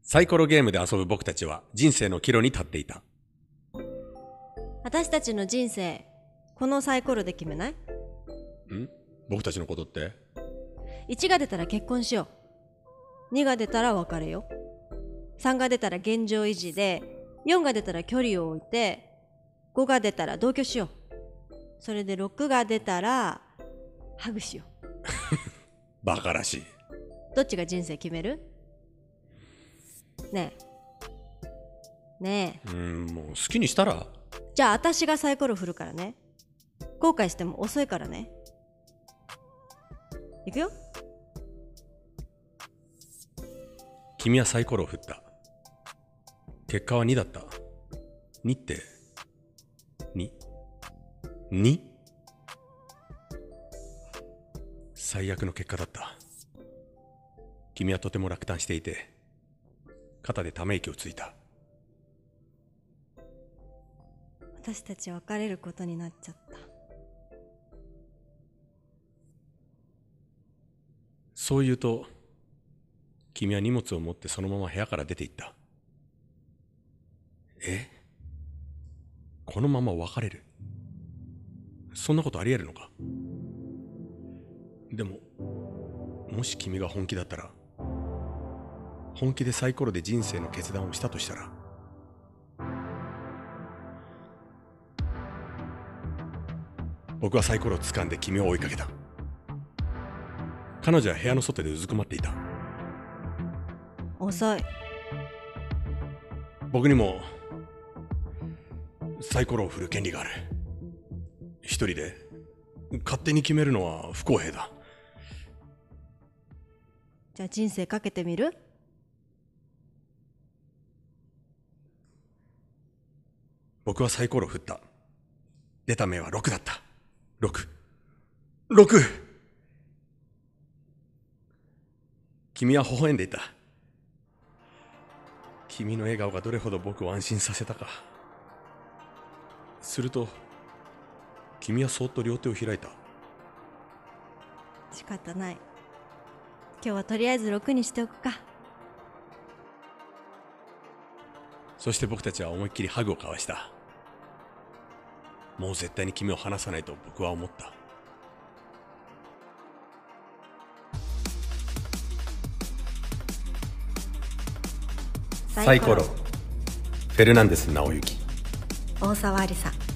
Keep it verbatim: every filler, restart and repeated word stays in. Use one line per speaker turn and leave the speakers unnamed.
サイコロゲームで遊ぶ僕たちは人生の岐路に立っていた。
私たちの人生、このサイコロで決めない？
ん？僕たちのことって？
いちが出たら結婚しよう。にが出たら別れよう。さんが出たら現状維持で、よんが出たら距離を置いて、ごが出たら同居しよう。それでろくが出たらハグしよう。
バカらしい。
どっちが人生決める？ねえねえ。
うーん、もう好きにしたら？
じゃあ私がサイコロ振るからね。後悔しても遅いからね。いくよ。
君はサイコロを振った。結果はにだった。にってに に？ 最悪の結果だった。君はとても落胆していて、肩でため息をついた。
私たち別れることになっちゃった。
そう言うと、君は荷物を持ってそのまま部屋から出て行った。え？このまま別れる？そんなことあり得るのか？でも、もし君が本気だったら、本気でサイコロで人生の決断をしたとしたら、僕はサイコロを掴んで君を追いかけた。彼女は部屋の外でうずくまっていた。
遅い。
僕にもサイコロを振る権利がある。一人で勝手に決めるのは不公平だ。
じゃあ人生かけてみる？
僕はサイコロを振った。出た目はろくだった。ろく。ろく！君は微笑んでいた。君の笑顔がどれほど僕を安心させたか。すると、君はそっと両手を開いた。
仕方ない。今日はとりあえずろくにしておくか。
そして僕たちは思いっきりハグを交わした。もう絶対に君を離さないと僕は思った。サイコロ、フェルナンデス直之。
大沢ありさ。